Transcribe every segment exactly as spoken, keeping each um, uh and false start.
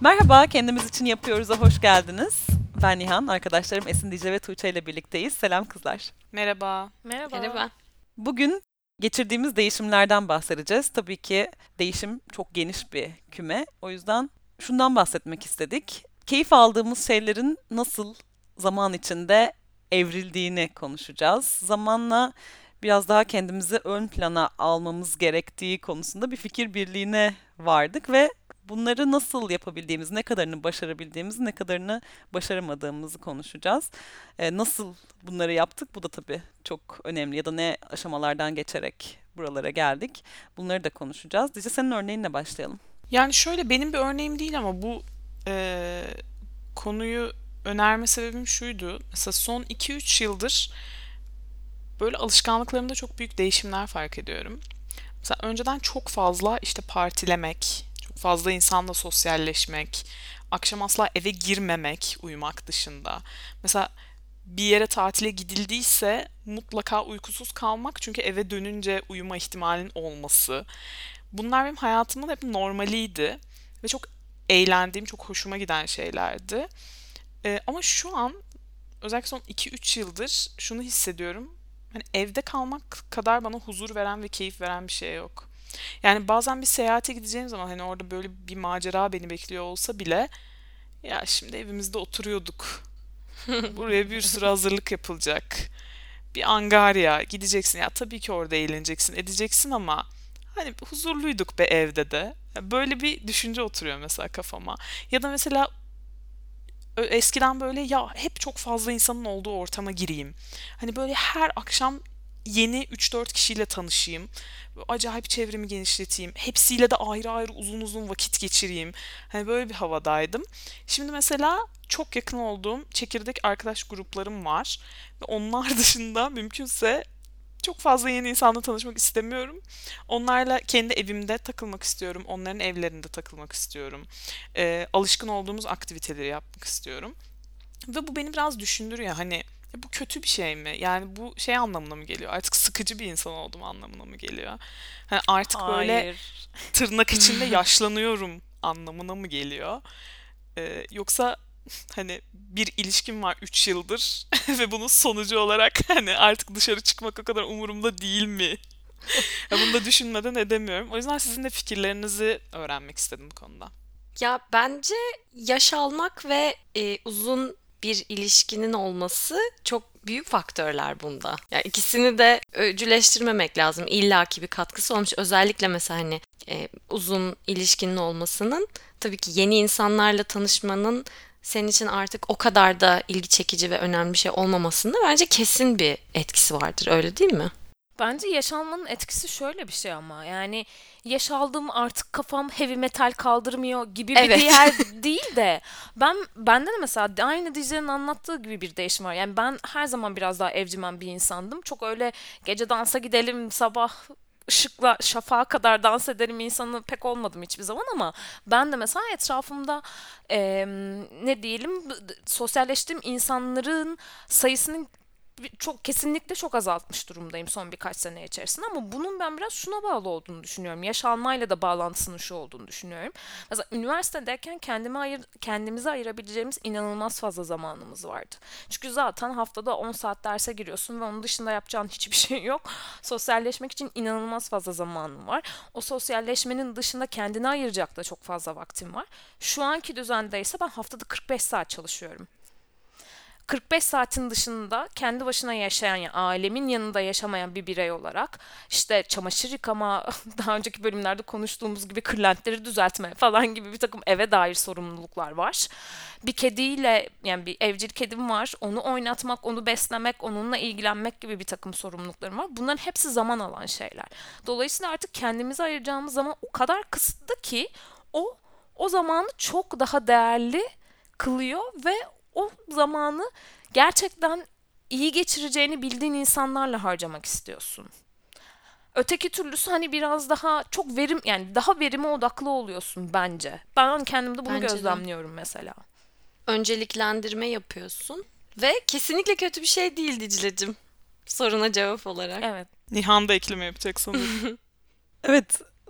Merhaba, Kendimiz için yapıyoruz'a hoş geldiniz. Ben Nihan, arkadaşlarım Esin, Dicle ve Tuğçe ile birlikteyiz. Selam kızlar. Merhaba. Merhaba. Merhaba. Bugün geçirdiğimiz değişimlerden bahsedeceğiz. Tabii ki değişim çok geniş bir küme. O yüzden şundan bahsetmek istedik. Keyif aldığımız şeylerin nasıl zaman içinde evrildiğini konuşacağız. Zamanla biraz daha kendimizi ön plana almamız gerektiği konusunda bir fikir birliğine vardık ve bunları nasıl yapabildiğimizi, ne kadarını başarabildiğimizi, ne kadarını başaramadığımızı konuşacağız. Ee, nasıl bunları yaptık? Bu da tabii çok önemli. Ya da ne aşamalardan geçerek buralara geldik. Bunları da konuşacağız. Dice, senin örneğinle başlayalım. Yani şöyle benim bir örneğim değil ama bu eee, konuyu önerme sebebim şuydu. Mesela son iki üç yıldır böyle alışkanlıklarımda çok büyük değişimler fark ediyorum. Mesela önceden çok fazla işte partilemek, çok fazla insanla sosyalleşmek, akşam asla eve girmemek uyumak dışında. Mesela bir yere tatile gidildiyse mutlaka uykusuz kalmak çünkü eve dönünce uyuma ihtimalin olması. Bunlar benim hayatımın hep normaliydi ve çok eğlendiğim, çok hoşuma giden şeylerdi. Ee, ama şu an özellikle son iki üç yıldır şunu hissediyorum. Hani evde kalmak kadar bana huzur veren ve keyif veren bir şey yok. Yani bazen bir seyahate gideceğim zaman hani orada böyle bir macera beni bekliyor olsa bile ya şimdi evimizde oturuyorduk. Buraya bir sürü hazırlık yapılacak. Bir Angarya gideceksin. Ya tabii ki orada eğleneceksin, edeceksin ama hani huzurluyduk be evde de. Böyle bir düşünce oturuyor mesela kafama. Ya da mesela eskiden böyle ya hep çok fazla insanın olduğu ortama gireyim. Hani böyle her akşam yeni üç dört kişiyle tanışayım. Acayip çevremi genişleteyim. Hepsiyle de ayrı ayrı uzun uzun vakit geçireyim. Hani böyle bir havadaydım. Şimdi mesela çok yakın olduğum çekirdek arkadaş gruplarım var. Ve onlar dışında mümkünse çok fazla yeni insanla tanışmak istemiyorum. Onlarla kendi evimde takılmak istiyorum. Onların evlerinde takılmak istiyorum. Ee, alışkın olduğumuz aktiviteleri yapmak istiyorum. Ve bu beni biraz düşündürüyor. Hani "Ya bu kötü bir şey mi? Yani bu şey anlamına mı geliyor? Artık sıkıcı bir insan oldum anlamına mı geliyor? Hani artık böyle Hayır. tırnak içinde yaşlanıyorum anlamına mı geliyor? Ee, yoksa hani bir ilişkim var üç yıldır ve bunun sonucu olarak hani artık dışarı çıkmak o kadar umurumda değil mi? Ya bunu da düşünmeden edemiyorum. O yüzden sizin de fikirlerinizi öğrenmek istedim bu konuda. Ya bence yaş almak ve e, uzun bir ilişkinin olması çok büyük faktörler bunda. Yani ikisini de öcüleştirmemek lazım. İlla ki bir katkısı olmuş. Özellikle mesela hani e, uzun ilişkinin olmasının tabii ki yeni insanlarla tanışmanın senin için artık o kadar da ilgi çekici ve önemli bir şey olmamasında bence kesin bir etkisi vardır. Öyle değil mi? Bence yaşanmanın etkisi şöyle bir şey ama yani yaş aldım artık kafam heavy metal kaldırmıyor gibi bir Evet. diğer değil de ben bende de mesela aynı Dicle'nin anlattığı gibi bir değişim var. Yani ben her zaman biraz daha evcimen bir insandım. Çok öyle gece dansa gidelim sabah ışıkla şafağa kadar dans ederim insanı pek olmadım hiçbir zaman ama ben de mesela etrafımda em, ne diyelim b- d- sosyalleştiğim insanların sayısının çok kesinlikle çok azaltmış durumdayım son birkaç sene içerisinde ama bunun ben biraz şuna bağlı olduğunu düşünüyorum. Yaş almayla da bağlantısının şu olduğunu düşünüyorum. Mesela üniversitedeyken kendime ayır, kendimize ayırabileceğimiz inanılmaz fazla zamanımız vardı. Çünkü zaten haftada on saat derse giriyorsun ve onun dışında yapacağın hiçbir şey yok. Sosyalleşmek için inanılmaz fazla zamanın var. O sosyalleşmenin dışında kendine ayıracak da çok fazla vaktin var. Şu anki düzende ise ben haftada kırk beş saat çalışıyorum. kırk beş saatin dışında kendi başına yaşayan, yani ailemin yanında yaşamayan bir birey olarak işte çamaşır yıkama, daha önceki bölümlerde konuştuğumuz gibi kırlentleri düzeltme falan gibi bir takım eve dair sorumluluklar var. Bir kediyle, yani bir evcil kedim var, onu oynatmak, onu beslemek, onunla ilgilenmek gibi bir takım sorumluluklarım var. Bunların hepsi zaman alan şeyler. Dolayısıyla artık kendimize ayıracağımız zaman o kadar kısıtlı ki o o zamanı çok daha değerli kılıyor ve o zamanı gerçekten iyi geçireceğini bildiğin insanlarla harcamak istiyorsun. Öteki türlüsü hani biraz daha çok verim, yani daha verime odaklı oluyorsun bence. Ben kendimde bunu Bence de. gözlemliyorum mesela. Önceliklendirme yapıyorsun ve kesinlikle kötü bir şey değil Dicle'cim. Soruna cevap olarak. Evet. Nihan da ekleme yapacak sanırım. Evet,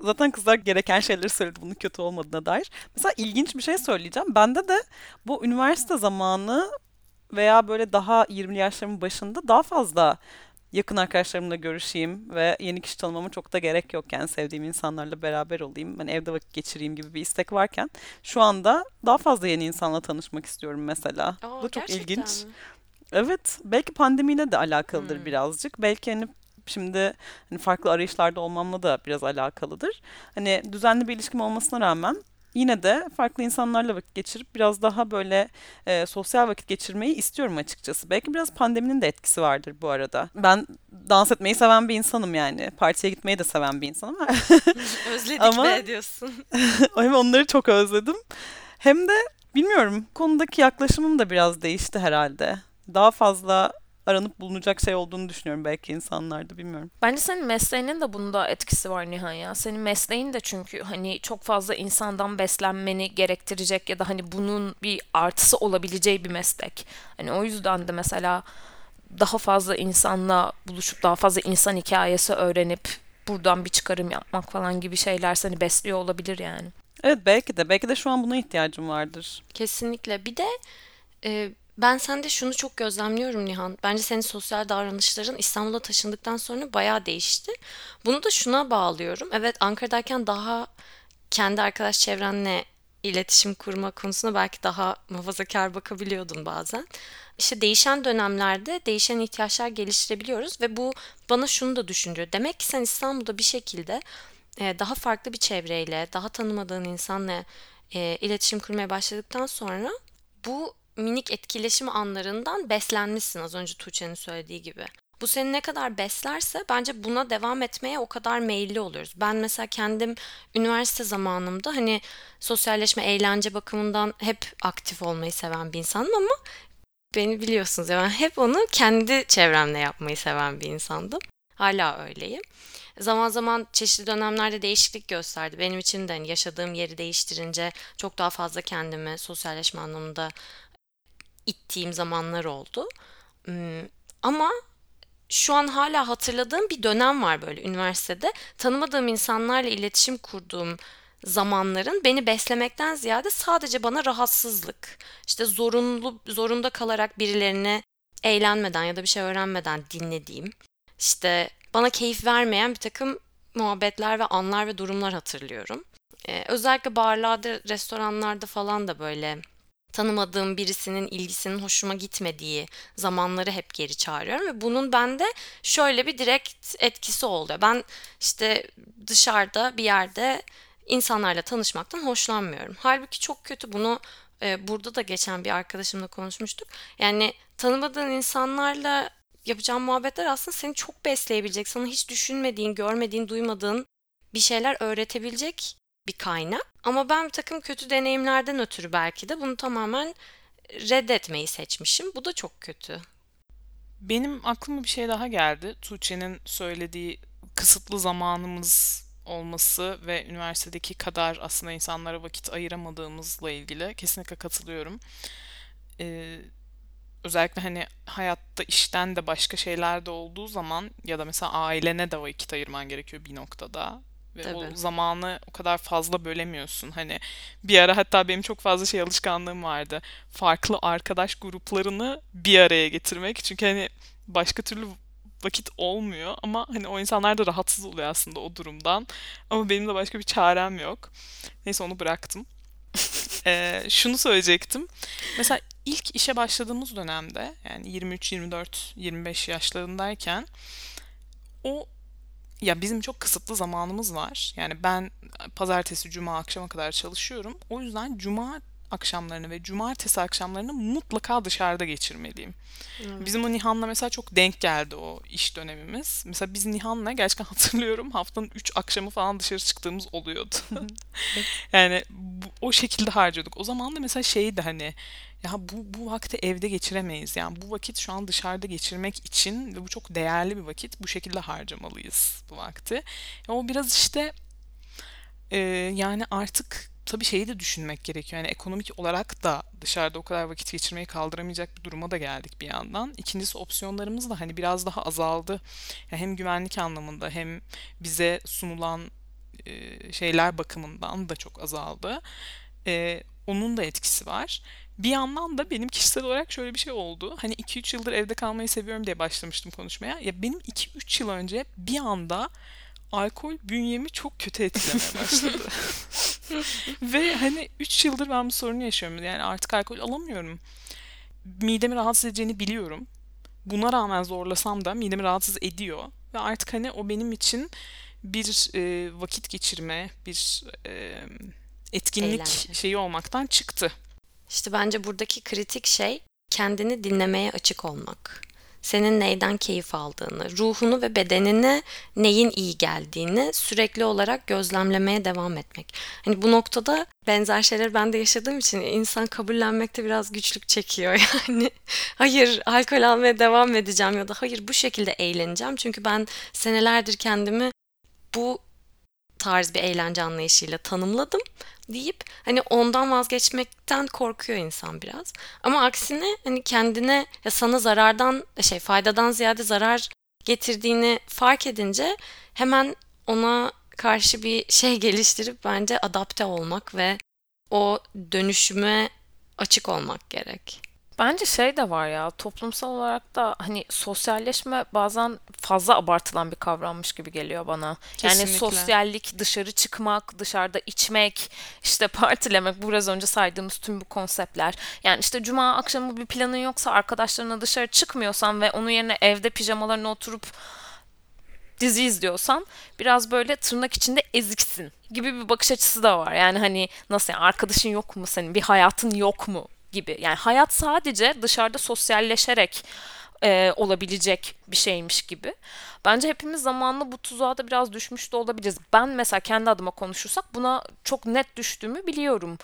Zaten kızlar gereken şeyleri söyledi bunun kötü olmadığına dair. Mesela ilginç bir şey söyleyeceğim. Bende de bu üniversite zamanı veya böyle daha yirmili yaşlarımın başında daha fazla yakın arkadaşlarımla görüşeyim ve yeni kişi tanımama çok da gerek yok. Yani sevdiğim insanlarla beraber olayım, ben evde vakit geçireyim gibi bir istek varken şu anda daha fazla yeni insanla tanışmak istiyorum mesela. Bu Aa, da çok gerçekten ilginç. mi? Evet, belki pandemiyle de alakalıdır Hmm. birazcık. Belki hani şimdi hani farklı arayışlarda olmamla da biraz alakalıdır. Hani düzenli bir ilişkim olmasına rağmen yine de farklı insanlarla vakit geçirip biraz daha böyle e, sosyal vakit geçirmeyi istiyorum açıkçası. Belki biraz pandeminin de etkisi vardır bu arada. Ben dans etmeyi seven bir insanım yani. Partiye gitmeyi de seven bir insanım. Özledik Ama be diyorsun. hem onları çok özledim. Hem de bilmiyorum, konudaki yaklaşımım da biraz değişti herhalde. Daha fazla aranıp bulunacak şey olduğunu düşünüyorum belki insanlarda, bilmiyorum. Bence senin mesleğinin de bunda etkisi var Nihan ya. Senin mesleğin de çünkü hani çok fazla insandan beslenmeni gerektirecek ya da hani bunun bir artısı olabileceği bir meslek. Hani o yüzden de mesela daha fazla insanla buluşup daha fazla insan hikayesi öğrenip buradan bir çıkarım yapmak falan gibi şeyler seni besliyor olabilir yani. Evet, belki de. Belki de şu an buna ihtiyacım vardır. Kesinlikle. Bir de e, ben sende şunu çok gözlemliyorum Nihan. Bence senin sosyal davranışların İstanbul'a taşındıktan sonra bayağı değişti. Bunu da şuna bağlıyorum. Evet, Ankara'dayken daha kendi arkadaş çevrenle iletişim kurma konusunda belki daha muhafazakar bakabiliyordun bazen. İşte değişen dönemlerde değişen ihtiyaçlar geliştirebiliyoruz ve bu bana şunu da düşündürüyor. Demek ki sen İstanbul'da bir şekilde e, daha farklı bir çevreyle, daha tanımadığın insanla e, iletişim kurmaya başladıktan sonra bu minik etkileşim anlarından beslenmişsin, az önce Tuğçe'nin söylediği gibi. Bu seni ne kadar beslerse bence buna devam etmeye o kadar meyilli oluyoruz. Ben mesela kendim üniversite zamanımda hani sosyalleşme, eğlence bakımından hep aktif olmayı seven bir insanım ama beni biliyorsunuz ya, ben hep onu kendi çevremle yapmayı seven bir insandım. Hala öyleyim. Zaman zaman çeşitli dönemlerde değişiklik gösterdi. Benim için de hani yaşadığım yeri değiştirince çok daha fazla kendimi sosyalleşme anlamında ittiğim zamanlar oldu. Hmm, Ama şu an hala hatırladığım bir dönem var böyle üniversitede. Tanımadığım insanlarla iletişim kurduğum zamanların beni beslemekten ziyade sadece bana rahatsızlık, işte zorunlu zorunda kalarak birilerini eğlenmeden ya da bir şey öğrenmeden dinlediğim, işte bana keyif vermeyen bir takım muhabbetler ve anlar ve durumlar hatırlıyorum. Ee, özellikle barlarda, restoranlarda falan da böyle tanımadığım birisinin ilgisinin hoşuma gitmediği zamanları hep geri çağırıyorum ve bunun bende şöyle bir direkt etkisi oluyor. Ben işte dışarıda bir yerde insanlarla tanışmaktan hoşlanmıyorum. Halbuki çok kötü, bunu e, burada da geçen bir arkadaşımla konuşmuştuk. Yani tanımadığın insanlarla yapacağın muhabbetler aslında seni çok besleyebilecek, sana hiç düşünmediğin, görmediğin, duymadığın bir şeyler öğretebilecek bir kaynak. Ama ben bir takım kötü deneyimlerden ötürü belki de bunu tamamen reddetmeyi seçmişim. Bu da çok kötü. Benim aklıma bir şey daha geldi. Tuğçe'nin söylediği kısıtlı zamanımız olması ve üniversitedeki kadar aslında insanlara vakit ayıramadığımızla ilgili kesinlikle katılıyorum. Ee, Özellikle hani hayatta işten de başka şeyler de olduğu zaman ya da mesela ailene de vakit ayırman gerekiyor bir noktada. Ve Tabii. o zamanı o kadar fazla bölemiyorsun. Hani bir ara hatta benim çok fazla şey alışkanlığım vardı. Farklı arkadaş gruplarını bir araya getirmek. Çünkü hani başka türlü vakit olmuyor ama hani o insanlar da rahatsız oluyor aslında o durumdan. Ama benim de başka bir çarem yok. Neyse, onu bıraktım. Ee, şunu söyleyecektim. Mesela ilk işe başladığımız dönemde yani yirmi üç, yirmi dört, yirmi beş yaşlarındayken o ya bizim çok kısıtlı zamanımız var. Yani ben pazartesi, cuma akşama kadar çalışıyorum. O yüzden cuma akşamlarını ve cumartesi akşamlarını mutlaka dışarıda geçirmeliyim. Evet. Bizim o Nihan'la mesela çok denk geldi o iş dönemimiz. Mesela biz Nihan'la gerçekten hatırlıyorum haftanın üç akşamı falan dışarı çıktığımız oluyordu. Yani bu- o şekilde harcıyorduk. O zaman da mesela şeydi hani ya bu bu vakti evde geçiremeyiz. Yani bu vakit şu an dışarıda geçirmek için ve bu çok değerli bir vakit. Bu şekilde harcamalıyız bu vakti. Ya o biraz işte e, yani artık tabii şeyi de düşünmek gerekiyor. Yani ekonomik olarak da dışarıda o kadar vakit geçirmeyi kaldıramayacak bir duruma da geldik bir yandan. İkincisi, opsiyonlarımız da hani biraz daha azaldı. Yani hem güvenlik anlamında hem bize sunulan e, şeyler bakımından da çok azaldı. E, onun da etkisi var. Bir yandan da benim kişisel olarak şöyle bir şey oldu. Hani iki üç yıldır evde kalmayı seviyorum diye başlamıştım konuşmaya. Ya benim iki üç yıl önce bir anda alkol bünyemi çok kötü etkilemeye başladı. Ve hani üç yıldır ben bu sorunu yaşıyorum. Yani artık alkol alamıyorum. Midemi rahatsız edeceğini biliyorum. Buna rağmen zorlasam da midemi rahatsız ediyor. Ve artık hani o benim için bir e, vakit geçirme, bir e, etkinlik Eğlence. şeyi olmaktan çıktı. İşte bence buradaki kritik şey kendini dinlemeye açık olmak. Senin neyden keyif aldığını, ruhunu ve bedenine neyin iyi geldiğini sürekli olarak gözlemlemeye devam etmek. Hani bu noktada benzer şeyleri ben de yaşadığım için insan kabullenmekte biraz güçlük çekiyor. Yani hayır alkol almaya devam edeceğim ya da hayır bu şekilde eğleneceğim. Çünkü ben senelerdir kendimi bu tarz bir eğlence anlayışıyla tanımladım deyip hani ondan vazgeçmekten korkuyor insan biraz. Ama aksine hani kendine ya sana zarardan şey faydadan ziyade zarar getirdiğini fark edince hemen ona karşı bir şey geliştirip bence adapte olmak ve o dönüşüme açık olmak gerek. Bence şey de var ya, toplumsal olarak da hani sosyalleşme bazen fazla abartılan bir kavrammış gibi geliyor bana. Yani Kesinlikle. sosyallik, dışarı çıkmak, dışarıda içmek, işte partilemek, biraz önce saydığımız tüm bu konseptler. Yani işte cuma akşamı bir planın yoksa, arkadaşlarına dışarı çıkmıyorsan ve onun yerine evde pijamalarına oturup dizi izliyorsan biraz böyle tırnak içinde eziksin gibi bir bakış açısı da var. Yani hani nasıl, yani arkadaşın yok mu senin, bir hayatın yok mu gibi. Yani hayat sadece dışarıda sosyalleşerek e, olabilecek bir şeymiş gibi. Bence hepimiz zamanla bu tuzağa da biraz düşmüş de olabiliriz. Ben mesela kendi adıma konuşursak buna çok net düştüğümü biliyorum.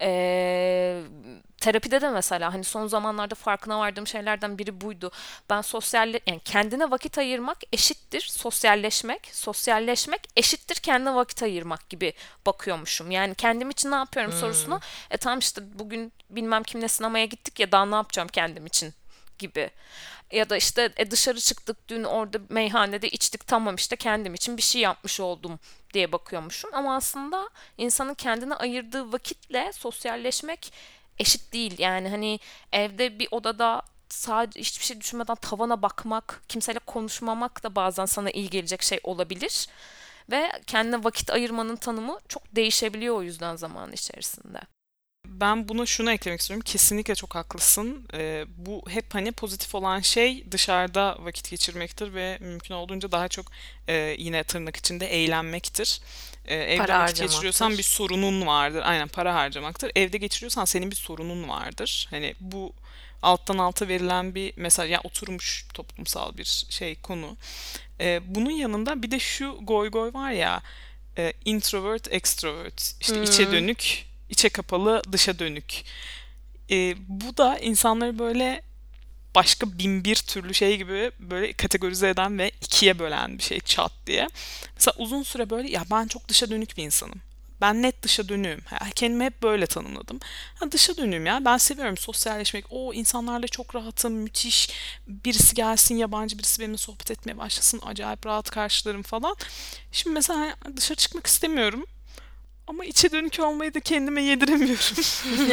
E, terapide de mesela hani son zamanlarda farkına vardığım şeylerden biri buydu. Ben sosyal, yani kendine vakit ayırmak eşittir sosyalleşmek, sosyalleşmek eşittir kendine vakit ayırmak gibi bakıyormuşum. Yani kendim için ne yapıyorum sorusuna, e tamam işte bugün bilmem kimle sinemaya gittik ya, daha ne yapacağım kendim için gibi. Ya da işte e, dışarı çıktık dün, orada meyhanede içtik, tamam işte kendim için bir şey yapmış oldum diye bakıyormuşum. Ama aslında insanın kendine ayırdığı vakitle sosyalleşmek eşit değil. Yani hani evde bir odada sadece hiçbir şey düşünmeden tavana bakmak, kimseyle konuşmamak da bazen sana iyi gelecek şey olabilir. Ve kendine vakit ayırmanın tanımı çok değişebiliyor o yüzden zaman içerisinde. Ben buna şunu eklemek istiyorum. Kesinlikle çok haklısın. Ee, bu hep hani pozitif olan şey dışarıda vakit geçirmektir ve mümkün olduğunca daha çok e, yine tırnak içinde eğlenmektir. Ee, evde Para vakit geçiriyorsan bir harcamaktır. sorunun vardır. Aynen, para harcamaktır. Evde geçiriyorsan senin bir sorunun vardır. Hani bu alttan alta verilen bir mesaj, yani oturmuş toplumsal bir şey, konu. Ee, bunun yanında bir de şu goy goy var ya, e, introvert, extrovert, işte içe Hmm. dönük, içe kapalı, dışa dönük. E, bu da insanları böyle başka bin bir türlü şey gibi böyle kategorize eden ve ikiye bölen bir şey, çat diye. Mesela uzun süre böyle ya ben çok dışa dönük bir insanım. Ben net dışa dönüğüm. Ha, kendimi hep böyle tanımladım. Ha, dışa dönüğüm ya. Ben seviyorum sosyalleşmek. O insanlarla çok rahatım. Müthiş. Birisi gelsin, yabancı birisi benimle sohbet etmeye başlasın. Acayip rahat karşılarım falan. Şimdi mesela dışarı çıkmak istemiyorum. Ama içe dönük olmayı da kendime yediremiyorum.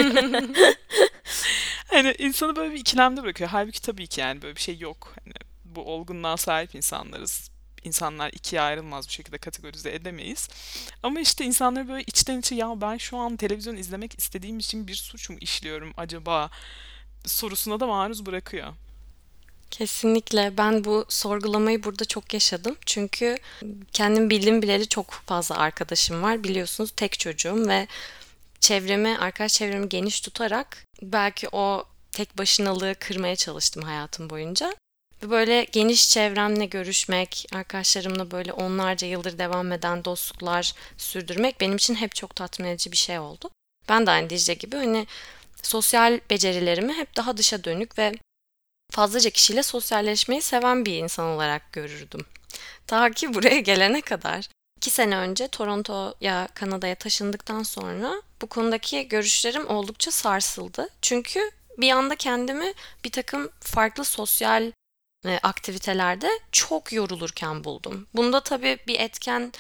Hani insanı böyle bir ikilemde bırakıyor. Halbuki tabii ki yani böyle bir şey yok. Hani bu olgunluğa sahip insanlarız. İnsanlar ikiye ayrılmaz, bu şekilde kategorize edemeyiz. Ama işte insanları böyle içten içe ya ben şu an televizyon izlemek istediğim için bir suç mu işliyorum acaba sorusuna da maruz bırakıyor. Kesinlikle. Ben bu sorgulamayı burada çok yaşadım. Çünkü kendim bildim bileli çok fazla arkadaşım var. Biliyorsunuz tek çocuğum ve çevremi, arkadaş çevremi geniş tutarak belki o tek başınalığı kırmaya çalıştım hayatım boyunca. Ve böyle geniş çevremle görüşmek, arkadaşlarımla böyle onlarca yıldır devam eden dostluklar sürdürmek benim için hep çok tatmin edici bir şey oldu. Ben de aynı Dicle gibi hani sosyal becerilerimi hep daha dışa dönük ve fazlaca kişiyle sosyalleşmeyi seven bir insan olarak görürdüm. Ta ki buraya gelene kadar. İki sene önce Toronto'ya, Kanada'ya taşındıktan sonra bu konudaki görüşlerim oldukça sarsıldı. Çünkü bir anda kendimi bir takım farklı sosyal e, aktivitelerde çok yorulurken buldum. Bunda tabii bir etken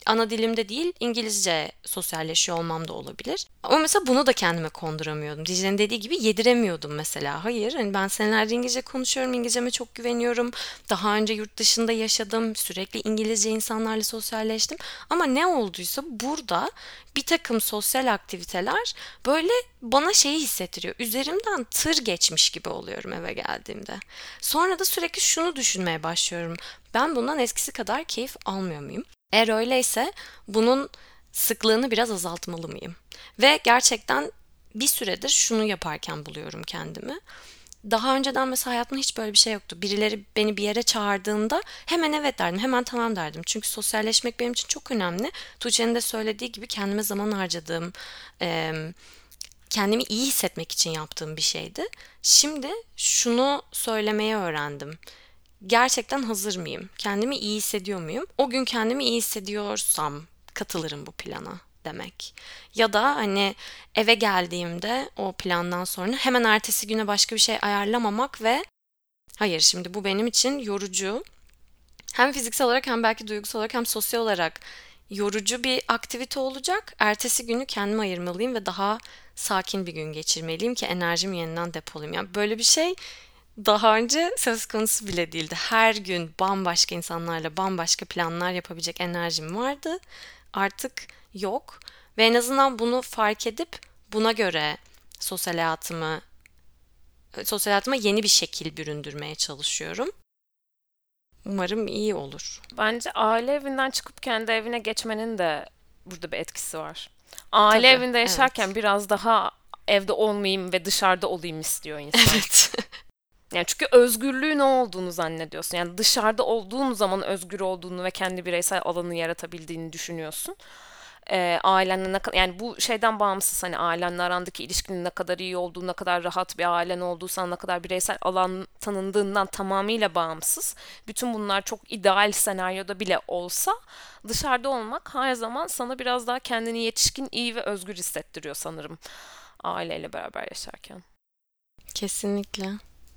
ana dilimde değil İngilizce sosyalleşiyor olmam da olabilir. Ama mesela bunu da kendime konduramıyordum. Dicle'nin dediği gibi yediremiyordum mesela. Hayır, hani ben senelerce İngilizce konuşuyorum, İngilizceme çok güveniyorum. Daha önce yurt dışında yaşadım, sürekli İngilizce insanlarla sosyalleştim. Ama ne olduysa burada bir takım sosyal aktiviteler böyle bana şeyi hissettiriyor. Üzerimden tır geçmiş gibi oluyorum eve geldiğimde. Sonra da sürekli şunu düşünmeye başlıyorum. Ben bundan eskisi kadar keyif almıyor muyum? Eğer öyleyse bunun sıklığını biraz azaltmalı mıyım? Ve gerçekten bir süredir şunu yaparken buluyorum kendimi. Daha önceden mesela hayatımda hiç böyle bir şey yoktu. Birileri beni bir yere çağırdığında hemen evet derdim, hemen tamam derdim. Çünkü sosyalleşmek benim için çok önemli. Tuğçe'nin de söylediği gibi kendime zaman harcadığım, eee, kendimi iyi hissetmek için yaptığım bir şeydi. Şimdi şunu söylemeyi öğrendim. Gerçekten hazır mıyım? Kendimi iyi hissediyor muyum? O gün kendimi iyi hissediyorsam katılırım bu plana demek. Ya da hani eve geldiğimde o plandan sonra hemen ertesi güne başka bir şey ayarlamamak ve hayır, şimdi bu benim için yorucu, hem fiziksel olarak hem belki duygusal olarak hem sosyal olarak yorucu bir aktivite olacak. Ertesi günü kendime ayırmalıyım ve daha sakin bir gün geçirmeliyim ki enerjimi yeniden depolayayım. Yani böyle bir şey daha önce söz konusu bile değildi. Her gün bambaşka insanlarla bambaşka planlar yapabilecek enerjim vardı. Artık yok. Ve en azından bunu fark edip buna göre sosyal hayatımı sosyal hayatıma yeni bir şekil büründürmeye çalışıyorum. Umarım iyi olur. Bence aile evinden çıkıp kendi evine geçmenin de burada bir etkisi var. Aile Tabii, evinde yaşarken evet. biraz daha evde olmayayım ve dışarıda olayım istiyor insan. Evet. Yani çünkü özgürlüğün ne olduğunu zannediyorsun. Yani dışarıda olduğun zaman özgür olduğunu ve kendi bireysel alanı yaratabildiğini düşünüyorsun. Ee, ailenle ne kadar, yani bu şeyden bağımsız, hani ailenle arandaki ilişkinin ne kadar iyi olduğu, ne kadar rahat bir ailen olduğu, sana ne kadar bireysel alan tanındığından tamamıyla bağımsız. Bütün bunlar çok ideal senaryoda bile olsa dışarıda olmak her zaman sana biraz daha kendini yetişkin, iyi ve özgür hissettiriyor sanırım aileyle beraber yaşarken. Kesinlikle.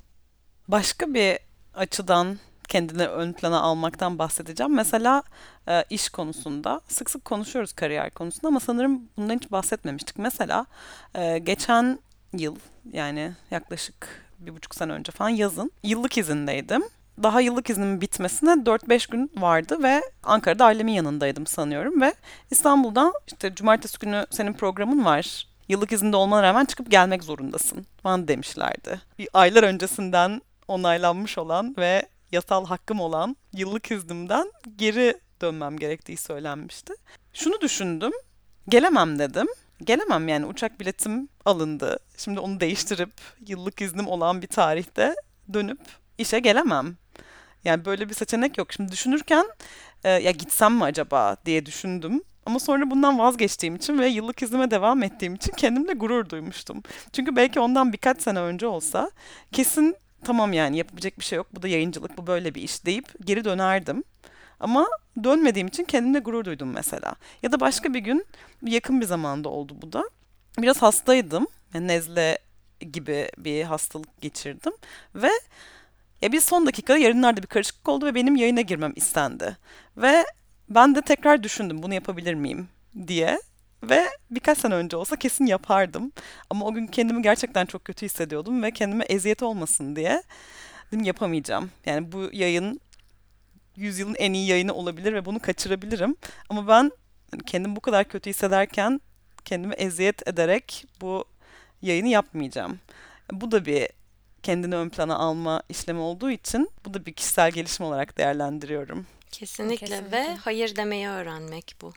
Başka bir açıdan kendini ön plana almaktan bahsedeceğim. Mesela e, iş konusunda sık sık konuşuyoruz kariyer konusunda ama sanırım bundan hiç bahsetmemiştik. Mesela e, geçen yıl, yani yaklaşık bir buçuk sene önce falan, yazın yıllık izindeydim. Daha yıllık iznimin bitmesine dört beş gün vardı ve Ankara'da ailemin yanındaydım sanıyorum ve İstanbul'dan işte cumartesi günü senin programın var, yıllık izinde olmana rağmen çıkıp gelmek zorundasın falan demişlerdi. Bir aylar öncesinden onaylanmış olan ve yasal hakkım olan yıllık iznimden geri dönmem gerektiği söylenmişti. Şunu düşündüm, gelemem dedim. Gelemem, yani uçak biletim alındı. Şimdi onu değiştirip yıllık iznim olan bir tarihte dönüp işe gelemem. Yani böyle bir seçenek yok. Şimdi düşünürken e, ya gitsem mi acaba diye düşündüm. Ama sonra bundan vazgeçtiğim için ve yıllık iznime devam ettiğim için kendimle gurur duymuştum. Çünkü belki ondan birkaç sene önce olsa kesin tamam, yani yapabilecek bir şey yok, bu da yayıncılık, bu böyle bir iş deyip geri dönerdim. Ama dönmediğim için kendimle gurur duydum mesela. Ya da başka bir gün, yakın bir zamanda oldu bu da. Biraz hastaydım. Yani nezle gibi bir hastalık geçirdim. Ve ya bir son dakikada yarınlarda bir karışıklık oldu ve benim yayına girmem istendi. Ve ben de tekrar düşündüm, bunu yapabilir miyim diye. Ve birkaç sene önce olsa kesin yapardım. Ama o gün kendimi gerçekten çok kötü hissediyordum ve kendime eziyet olmasın diye dedim yapamayacağım. Yani bu yayın yüzyılın en iyi yayını olabilir ve bunu kaçırabilirim. Ama ben hani kendimi bu kadar kötü hissederken kendime eziyet ederek bu yayını yapmayacağım. Bu da bir kendini ön plana alma işlemi olduğu için bu da bir kişisel gelişim olarak değerlendiriyorum. Kesinlikle, Kesinlikle. ve hayır demeyi öğrenmek bu.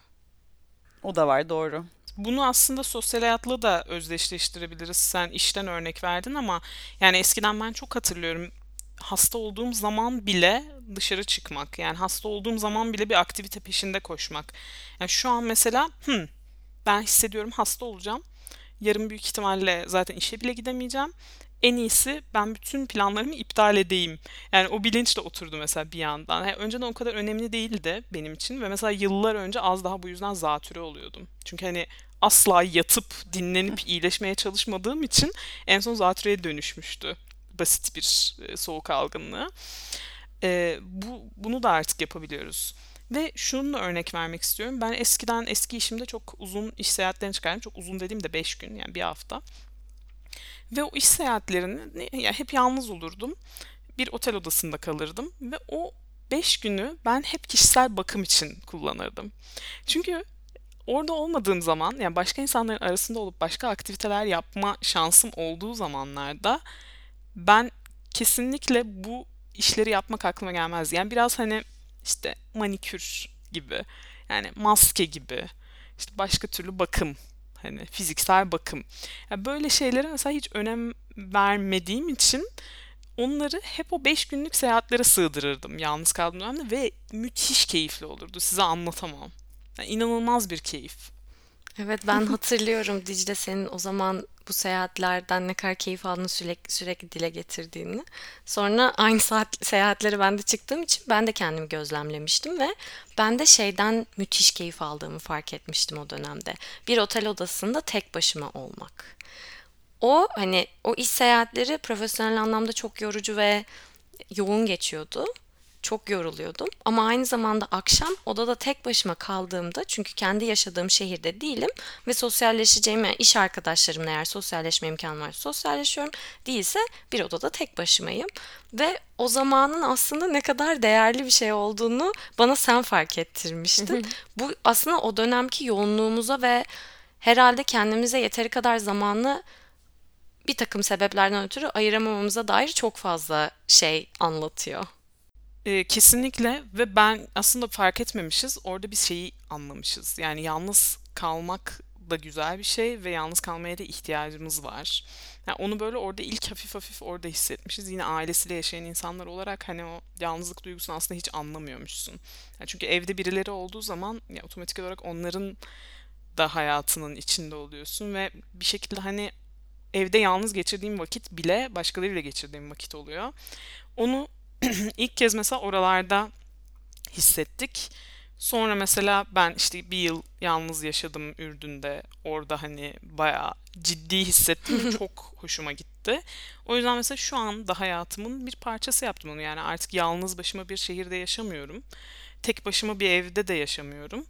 O da var, doğru. Bunu aslında sosyal hayatla da özdeşleştirebiliriz. Sen işten örnek verdin ama yani eskiden ben çok hatırlıyorum. Hasta olduğum zaman bile dışarı çıkmak. Yani hasta olduğum zaman bile bir aktivite peşinde koşmak. Yani şu an mesela hmm, ben hissediyorum hasta olacağım. Yarın büyük ihtimalle zaten işe bile gidemeyeceğim. En iyisi ben bütün planlarımı iptal edeyim. Yani o bilinçle oturdu mesela bir yandan. Yani önceden o kadar önemli değildi benim için ve mesela yıllar önce az daha bu yüzden zatürre oluyordum. Çünkü hani asla yatıp dinlenip iyileşmeye çalışmadığım için en son zatürreye dönüşmüştü. Basit bir e, soğuk algınlığı. E, bu bunu da artık yapabiliyoruz. Ve şunu da örnek vermek istiyorum. Ben eskiden eski işimde çok uzun iş seyahatlerine çıkardım. Çok uzun dediğim de beş gün, yani bir hafta. Ve o iş seyahatlerini ya hep yalnız olurdum. Bir otel odasında kalırdım ve o beş günü ben hep kişisel bakım için kullanırdım. Çünkü orada olmadığım zaman, yani başka insanların arasında olup başka aktiviteler yapma şansım olduğu zamanlarda ben kesinlikle bu işleri yapmak aklıma gelmez. Yani biraz hani işte manikür gibi, yani maske gibi, işte başka türlü bakım, hani fiziksel bakım. Yani böyle şeylere mesela hiç önem vermediğim için onları hep o beş günlük seyahatlere sığdırırdım yalnız kaldığım dönemde ve müthiş keyifli olurdu. Size anlatamam. Yani inanılmaz bir keyif. Evet, ben hatırlıyorum Dicle, senin o zaman bu seyahatlerden ne kadar keyif aldığını sürekli, sürekli dile getirdiğini. Sonra aynı saat seyahatlere ben de çıktığım için ben de kendimi gözlemlemiştim ve ben de şeyden müthiş keyif aldığımı fark etmiştim o dönemde. Bir otel odasında tek başıma olmak. O hani o iş seyahatleri profesyonel anlamda çok yorucu ve yoğun geçiyordu. Çok yoruluyordum. Ama aynı zamanda akşam odada tek başıma kaldığımda, çünkü kendi yaşadığım şehirde değilim ve sosyalleşeceğim, yani iş arkadaşlarımla eğer sosyalleşme imkanım varsa sosyalleşiyorum. Değilse bir odada tek başımayım. Ve o zamanın aslında ne kadar değerli bir şey olduğunu bana sen fark ettirmiştin. Bu aslında o dönemki yoğunluğumuza ve herhalde kendimize yeteri kadar zamanı bir takım sebeplerden ötürü ayıramamamıza dair çok fazla şey anlatıyor. Ee, kesinlikle, ve ben aslında fark etmemişiz. Orada bir şeyi anlamışız. Yani yalnız kalmak da güzel bir şey ve yalnız kalmaya da ihtiyacımız var. Yani onu böyle orada ilk hafif hafif orada hissetmişiz. Yine ailesiyle yaşayan insanlar olarak hani o yalnızlık duygusunu aslında hiç anlamıyormuşsun. Yani çünkü evde birileri olduğu zaman ya otomatik olarak onların da hayatının içinde oluyorsun ve bir şekilde hani evde yalnız geçirdiğim vakit bile başkalarıyla geçirdiğim vakit oluyor. Onu ilk kez mesela oralarda hissettik. Sonra mesela ben işte bir yıl yalnız yaşadım Ürdün'de. Orada hani bayağı ciddi hissettim ve çok hoşuma gitti. O yüzden mesela şu an da hayatımın bir parçası yaptım onu. Yani artık yalnız başıma bir şehirde yaşamıyorum. Tek başıma bir evde de yaşamıyorum.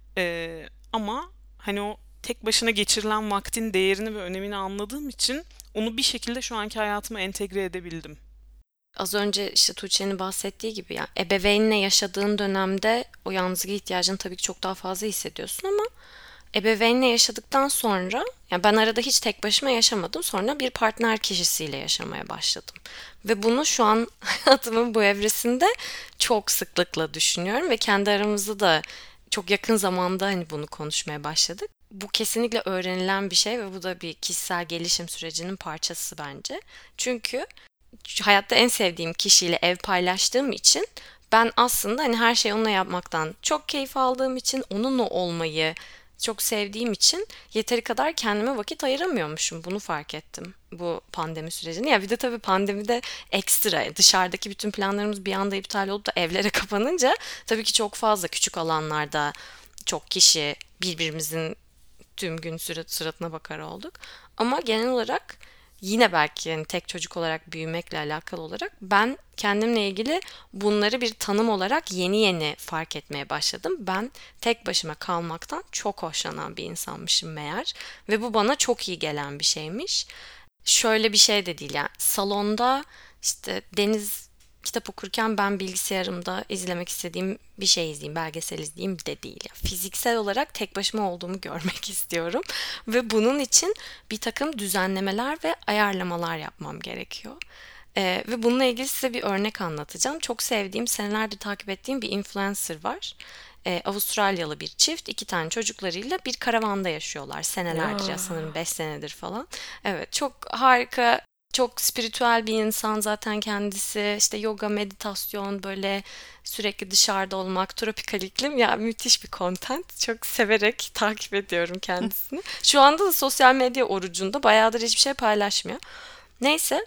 Ee, ama hani o tek başına geçirilen vaktin değerini ve önemini anladığım için onu bir şekilde şu anki hayatıma entegre edebildim. Az önce işte Tuğçe'nin bahsettiği gibi, yani ebeveynle yaşadığın dönemde o yalnızlık ihtiyacını tabii ki çok daha fazla hissediyorsun ama ebeveynle yaşadıktan sonra, yani ben arada hiç tek başıma yaşamadım. Sonra bir partner kişisiyle yaşamaya başladım. Ve bunu şu an hayatımın bu evresinde çok sıklıkla düşünüyorum ve kendi aramızda da çok yakın zamanda hani bunu konuşmaya başladık. Bu kesinlikle öğrenilen bir şey ve bu da bir kişisel gelişim sürecinin parçası bence. Çünkü hayatta en sevdiğim kişiyle ev paylaştığım için ben aslında hani her şeyi onunla yapmaktan çok keyif aldığım için, onunla olmayı çok sevdiğim için yeteri kadar kendime vakit ayıramıyormuşum. Bunu fark ettim bu pandemi sürecinde. Ya bir de tabii pandemide ekstra dışarıdaki bütün planlarımız bir anda iptal olup da evlere kapanınca tabii ki çok fazla küçük alanlarda çok kişi birbirimizin tüm gün surat, suratına bakar olduk. Ama genel olarak yine belki yani tek çocuk olarak büyümekle alakalı olarak ben kendimle ilgili bunları bir tanım olarak yeni yeni fark etmeye başladım. Ben tek başıma kalmaktan çok hoşlanan bir insanmışım meğer ve bu bana çok iyi gelen bir şeymiş. Şöyle bir şey de değil, yani salonda işte Deniz kitap okurken ben bilgisayarımda izlemek istediğim bir şey izleyeyim, belgesel izleyeyim de değil. Yani fiziksel olarak tek başıma olduğumu görmek istiyorum. Ve bunun için bir takım düzenlemeler ve ayarlamalar yapmam gerekiyor. Ee, ve bununla ilgili size bir örnek anlatacağım. Çok sevdiğim, senelerdir takip ettiğim bir influencer var. Ee, Avustralyalı bir çift, iki tane çocuklarıyla bir karavanda yaşıyorlar. Senelerdir, ya sanırım beş senedir falan. Evet, çok harika. Çok spiritüel bir insan zaten kendisi. İşte yoga, meditasyon, böyle sürekli dışarıda olmak, tropikal iklim, ya müthiş bir content. Çok severek takip ediyorum kendisini. Şu anda da sosyal medya orucunda, bayağıdır hiçbir şey paylaşmıyor. Neyse,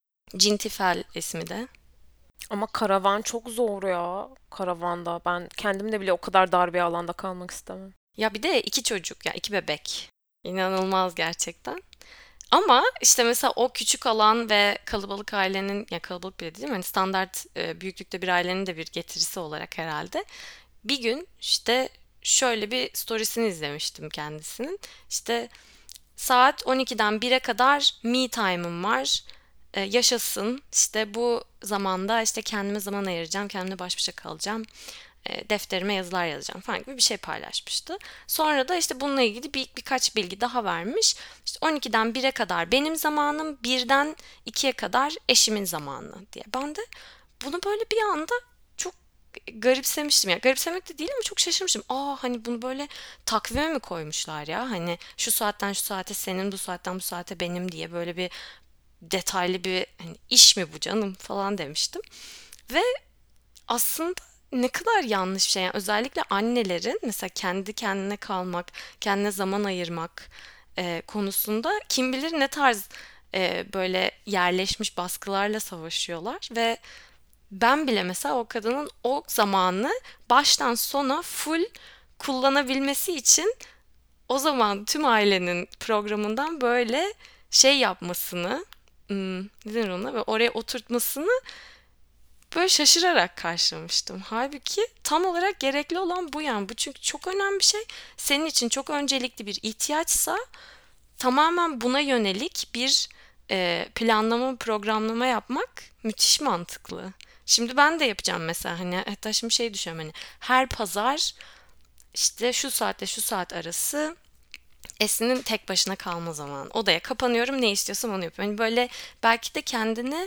Cintifel ismi de. Ama karavan çok zor ya. Karavanda. Ben kendim de bile o kadar dar bir alanda kalmak istemem. Ya bir de iki çocuk, ya iki bebek. İnanılmaz gerçekten. Ama işte mesela o küçük alan ve kalabalık ailenin, ya kalabalık bile değil mi? Hani standart e, büyüklükte bir ailenin de bir getirisi olarak herhalde bir gün işte şöyle bir storiesini izlemiştim kendisinin. İşte saat on ikiden bire kadar me time'ım var. Ee, yaşasın. İşte bu zamanda işte kendime zaman ayıracağım. Kendimle baş başa kalacağım. E, defterime yazılar yazacağım falan gibi bir şey paylaşmıştı. Sonra da işte bununla ilgili bir, birkaç bilgi daha vermiş. İşte on ikiden bire kadar benim zamanım, birden ikiye kadar eşimin zamanı diye. Ben de bunu böyle bir anda çok garipsemiştim. Yani garipsemek de değil ama çok şaşırmıştım. Aa, hani bunu böyle takvime mi koymuşlar ya? Hani şu saatten şu saate senin, bu saatten bu saate benim diye böyle bir detaylı bir hani iş mi bu canım falan demiştim. Ve aslında ne kadar yanlış bir şey. Yani özellikle annelerin mesela kendi kendine kalmak, kendine zaman ayırmak e, konusunda kim bilir ne tarz e, böyle yerleşmiş baskılarla savaşıyorlar ve ben bile mesela o kadının o zamanı baştan sona full kullanabilmesi için o zaman tüm ailenin programından böyle şey yapmasını, hmm, ne denir ona, ve oraya oturtmasını böyle şaşırarak karşılamıştım. Halbuki tam olarak gerekli olan bu yani. Bu çünkü çok önemli bir şey. Senin için çok öncelikli bir ihtiyaçsa tamamen buna yönelik bir e, planlama, programlama yapmak müthiş mantıklı. Şimdi ben de yapacağım mesela, hani hatta şimdi şey düşünüyorum, hani her pazar işte şu saatle şu saat arası Esin'in tek başına kalma zamanı. Odaya kapanıyorum, ne istiyorsam onu yapıyorum. Hani böyle belki de kendini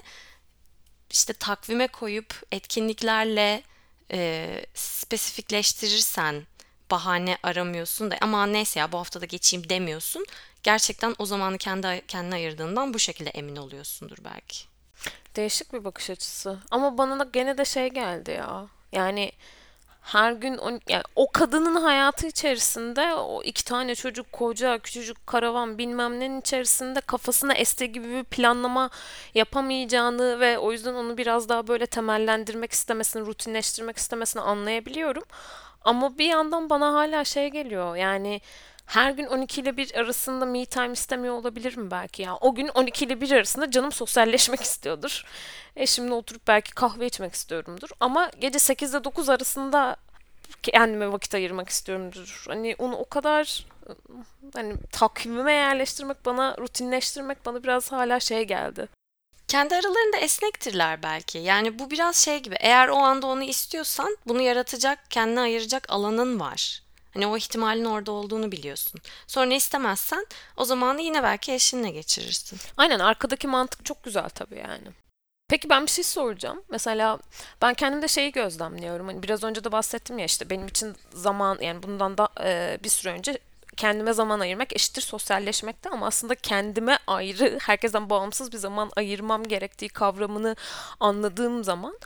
işte takvime koyup etkinliklerle e, spesifikleştirirsen, bahane aramıyorsun da ama neyse ya bu haftada geçeyim demiyorsun. Gerçekten o zamanı kendi kendine ayırdığından bu şekilde emin oluyorsundur belki. Değişik bir bakış açısı. Ama bana da gene de şey geldi ya. Yani her gün on, yani o kadının hayatı içerisinde o iki tane çocuk, koca, küçücük karavan bilmem nenin içerisinde kafasına estiği gibi bir planlama yapamayacağını ve o yüzden onu biraz daha böyle temellendirmek istemesini, rutinleştirmek istemesini anlayabiliyorum. Ama bir yandan bana hala şey geliyor. Yani her gün on iki ile bir arasında me time istemiyor olabilirim belki ya. O gün on iki ile bir arasında canım sosyalleşmek istiyordur. Eşimle oturup belki kahve içmek istiyorumdur. Ama gece sekiz ile dokuz arasında kendime vakit ayırmak istiyorumdur. Hani onu o kadar hani takvime yerleştirmek bana, rutinleştirmek bana biraz hala şey geldi. Kendi aralarında esnektirler belki. Yani bu biraz şey gibi. Eğer o anda onu istiyorsan bunu yaratacak, kendine ayıracak alanın var. Hani o ihtimalin orada olduğunu biliyorsun. Sonra istemezsen o zamanı yine belki eşinle geçirirsin. Aynen, arkadaki mantık çok güzel tabii yani. Peki ben bir şey soracağım. Mesela ben kendimde şeyi gözlemliyorum. Hani biraz önce de bahsettim ya, işte benim için zaman, yani bundan da e, bir süre önce kendime zaman ayırmak eşittir sosyalleşmekte, ama aslında kendime ayrı, herkesten bağımsız bir zaman ayırmam gerektiği kavramını anladığım zaman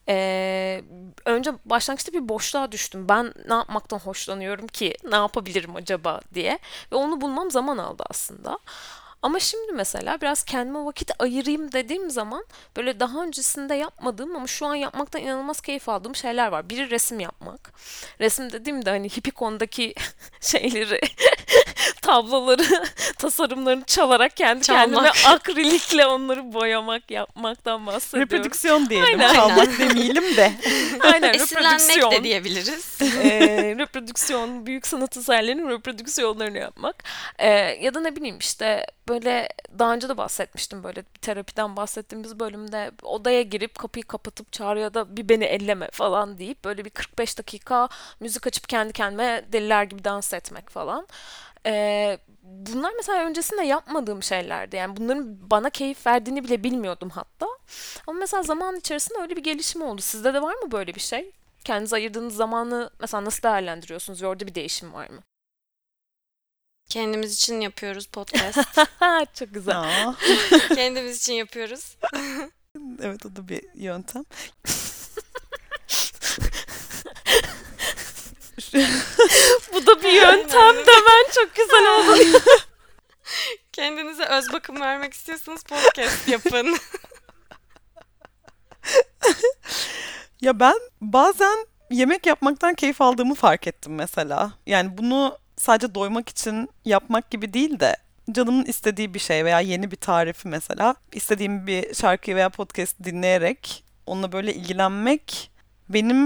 e, önce başlangıçta bir boşluğa düştüm. Ben ne yapmaktan hoşlanıyorum ki? Ne yapabilirim acaba diye. Ve onu bulmam zaman aldı aslında. Ama şimdi mesela biraz kendime vakit ayırayım dediğim zaman böyle daha öncesinde yapmadığım ama şu an yapmaktan inanılmaz keyif aldığım şeyler var. Biri resim yapmak. Resim dediğimde hani Hipikon'daki şeyleri, tabloları, tasarımlarını çalarak kendi Çalmak. kendime akrilikle onları boyamak, yapmaktan bahsediyorum. Reprodüksiyon diyelim. Aynen. Çalmak demeyelim de. Aynen, Esinlenmek reprodüksiyon. de diyebiliriz. Ee, reprodüksiyon, büyük sanat eserlerinin reprodüksiyonlarını yapmak. Ee, ya da ne bileyim işte böyle daha önce de bahsetmiştim, böyle bir terapiden bahsettiğimiz bölümde odaya girip kapıyı kapatıp Çağrı'ya da bir beni elleme falan deyip böyle bir kırk beş dakika müzik açıp kendi kendime deliler gibi dans etmek falan. Ee, bunlar mesela öncesinde yapmadığım şeylerdi. Yani bunların bana keyif verdiğini bile bilmiyordum hatta. Ama mesela zaman içerisinde öyle bir gelişim oldu. Sizde de var mı böyle bir şey? Kendinize ayırdığınız zamanı mesela nasıl değerlendiriyorsunuz? Ve orada bir değişim var mı? Kendimiz için yapıyoruz podcast. Çok güzel. Aa, Kendimiz için yapıyoruz. evet, o da bir yöntem. Bu da bir yöntem demen çok güzel oldu. Kendinize öz bakım vermek istiyorsanız podcast yapın. Ya ben bazen yemek yapmaktan keyif aldığımı fark ettim mesela. Yani bunu sadece doymak için yapmak gibi değil de canımın istediği bir şey veya yeni bir tarifi mesela. İstediğim bir şarkıyı veya podcast dinleyerek onunla böyle ilgilenmek benim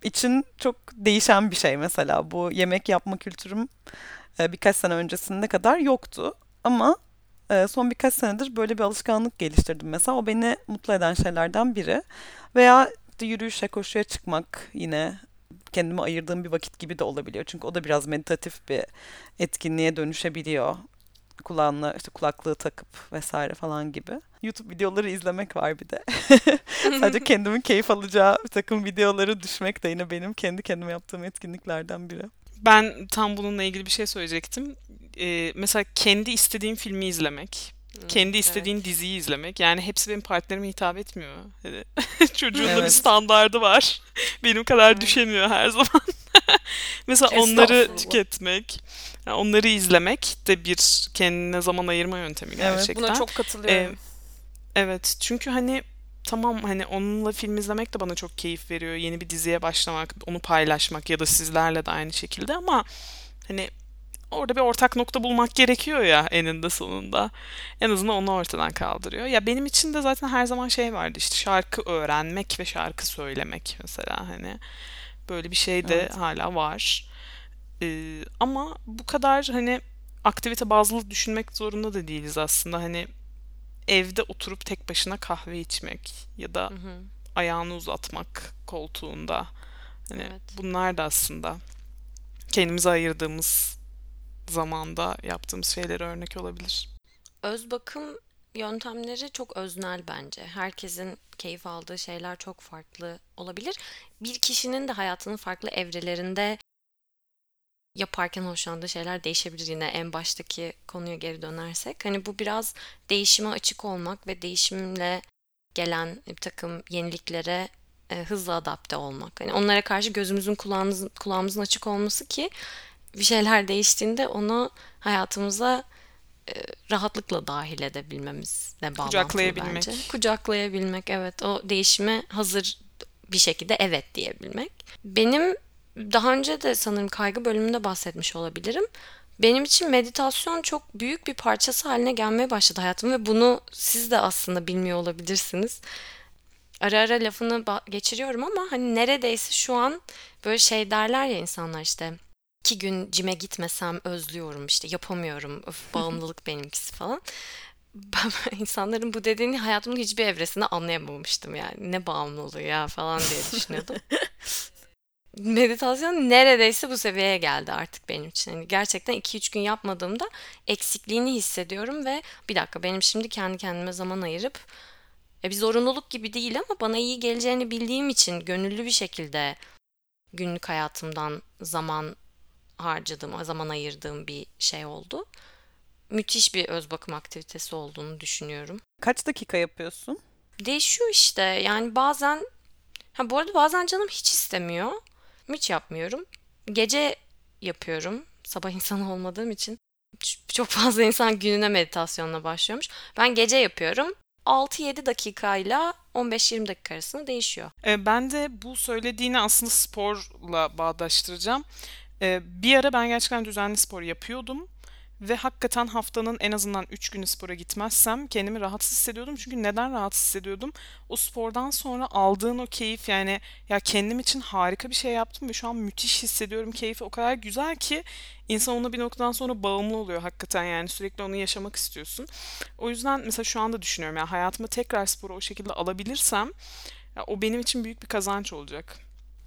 için çok değişen bir şey mesela. Bu yemek yapma kültürüm e, birkaç sene öncesinde kadar yoktu. Ama e, son birkaç senedir böyle bir alışkanlık geliştirdim mesela. O beni mutlu eden şeylerden biri. Veya işte yürüyüşe, koşuya çıkmak yine kendime ayırdığım bir vakit gibi de olabiliyor. Çünkü o da biraz meditatif bir etkinliğe dönüşebiliyor. Kulağına işte kulaklığı takıp vesaire falan gibi. YouTube videoları izlemek var bir de. Sadece kendimin keyif alacağı bir takım videoları düşmek de yine benim kendi kendime yaptığım etkinliklerden biri. Ben tam bununla ilgili bir şey söyleyecektim. Ee, mesela kendi istediğim filmi izlemek, Hı, kendi istediğin evet. diziyi izlemek. Yani hepsi benim partnerime hitap etmiyor. Hani çocuğun da bir Evet. standardı var. Benim kadar Evet. düşemiyor her zaman. Mesela onları Estağfurullah. tüketmek, yani onları izlemek de bir kendine zaman ayırma yöntemi Evet, gerçekten. Buna çok katılıyorum. Ee, evet, çünkü hani tamam hani onunla film izlemek de bana çok keyif veriyor. Yeni bir diziye başlamak, onu paylaşmak ya da sizlerle de aynı şekilde ama hani orada bir ortak nokta bulmak gerekiyor ya eninde sonunda. En azından onu ortadan kaldırıyor. Ya benim için de zaten her zaman şey vardı işte şarkı öğrenmek ve şarkı söylemek mesela hani böyle bir şey de Evet. hala var. Ee, ama bu kadar hani aktivite bazlı düşünmek zorunda da değiliz aslında. Hani evde oturup tek başına kahve içmek ya da Hı hı, ayağını uzatmak koltuğunda. Hani evet. bunlar da aslında kendimize ayırdığımız zamanda yaptığımız şeylere örnek olabilir. Öz bakım yöntemleri çok öznel bence. Herkesin keyif aldığı şeyler çok farklı olabilir. Bir kişinin de hayatının farklı evrelerinde yaparken hoşlandığı şeyler değişebilir. Yine en baştaki konuya geri dönersek. Hani bu biraz değişime açık olmak ve değişimle gelen bir takım yeniliklere e, hızlı adapte olmak. Hani onlara karşı gözümüzün kulağımızın, kulağımızın açık olması ki bir şeyler değiştiğinde onu hayatımıza e, rahatlıkla dahil edebilmemizle bağlantılı Kucaklayabilmek. bence. Kucaklayabilmek, evet. O değişime hazır bir şekilde evet diyebilmek. Benim daha önce de sanırım kaygı bölümünde bahsetmiş olabilirim. Benim için meditasyon çok büyük bir parçası haline gelmeye başladı hayatım ve bunu siz de aslında bilmiyor olabilirsiniz. Ara ara lafını ba- geçiriyorum ama hani neredeyse şu an böyle şey derler ya insanlar işte iki gün cime gitmesem özlüyorum işte yapamıyorum öf bağımlılık benimkisi falan. Ben insanların bu dediğini hayatımın hiçbir evresinde anlayamamıştım yani ne bağımlılığı ya falan diye düşünüyordum. Meditasyon neredeyse bu seviyeye geldi artık benim için. Yani gerçekten iki üç gün yapmadığımda eksikliğini hissediyorum ve bir dakika benim şimdi kendi kendime zaman ayırıp e, bir zorunluluk gibi değil ama bana iyi geleceğini bildiğim için gönüllü bir şekilde günlük hayatımdan zaman harcadığım, zaman ayırdığım bir şey oldu. Müthiş bir öz bakım aktivitesi olduğunu düşünüyorum. Kaç dakika yapıyorsun? Değişiyor işte. Yani bazen ha bu arada bazen canım hiç istemiyor. Hiç yapmıyorum. Gece yapıyorum. Sabah insanı olmadığım için. Ç- Çok fazla insan gününe meditasyonla başlıyormuş. Ben gece yapıyorum. altı yedi dakikayla on beş yirmi dakika arasında değişiyor. Ee, ben de bu söylediğini aslında sporla bağdaştıracağım. Ee, bir ara ben gerçekten düzenli spor yapıyordum. Ve hakikaten haftanın en azından üç günü spora gitmezsem kendimi rahatsız hissediyordum. Çünkü neden rahatsız hissediyordum? O spordan sonra aldığın o keyif yani ya kendim için harika bir şey yaptım ve şu an müthiş hissediyorum. Keyfi o kadar güzel ki insan ona bir noktadan sonra bağımlı oluyor hakikaten yani sürekli onu yaşamak istiyorsun. O yüzden mesela şu anda düşünüyorum ya hayatıma tekrar sporu o şekilde alabilirsem ya o benim için büyük bir kazanç olacak.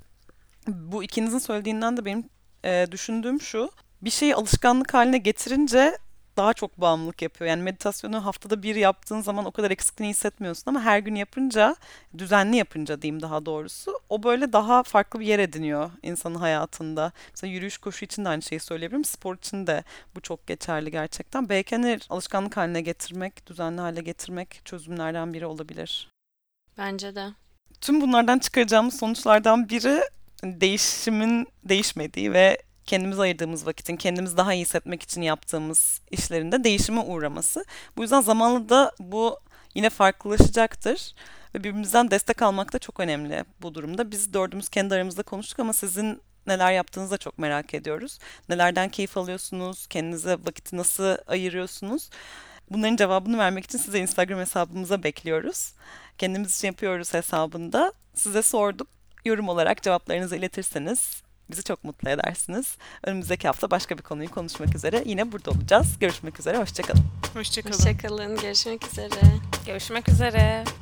Bu ikinizin söylediğinden de benim e, düşündüğüm şu. Bir şeyi alışkanlık haline getirince daha çok bağımlılık yapıyor. Yani meditasyonu haftada bir yaptığın zaman o kadar eksikliğini hissetmiyorsun ama her gün yapınca, düzenli yapınca diyeyim daha doğrusu, o böyle daha farklı bir yer ediniyor insanın hayatında. Mesela yürüyüş koşu için de aynı şeyi söyleyebilirim. Spor için de bu çok geçerli gerçekten. Belki hani alışkanlık haline getirmek, düzenli hale getirmek çözümlerden biri olabilir. Bence de. Tüm bunlardan çıkaracağımız sonuçlardan biri hani değişimin değişmediği ve kendimize ayırdığımız vakitin kendimizi daha iyi hissetmek için yaptığımız işlerinde değişime uğraması. Bu yüzden zamanla da bu yine farklılaşacaktır ve birbirimizden destek almak da çok önemli bu durumda. Biz dördümüz kendi aramızda konuştuk ama sizin neler yaptığınızı da çok merak ediyoruz. Nelerden keyif alıyorsunuz? Kendinize vakiti nasıl ayırıyorsunuz? Bunların cevabını vermek için size Instagram hesabımıza bekliyoruz. Kendimiz için yapıyoruz hesabında. Size sorduk. yorum olarak cevaplarınızı iletirseniz bizi çok mutlu edersiniz. Önümüzdeki hafta başka bir konuyu konuşmak üzere yine burada olacağız. Görüşmek üzere, hoşça kalın. Hoşça kalın. Hoşçakalın. Görüşmek üzere. Görüşmek üzere.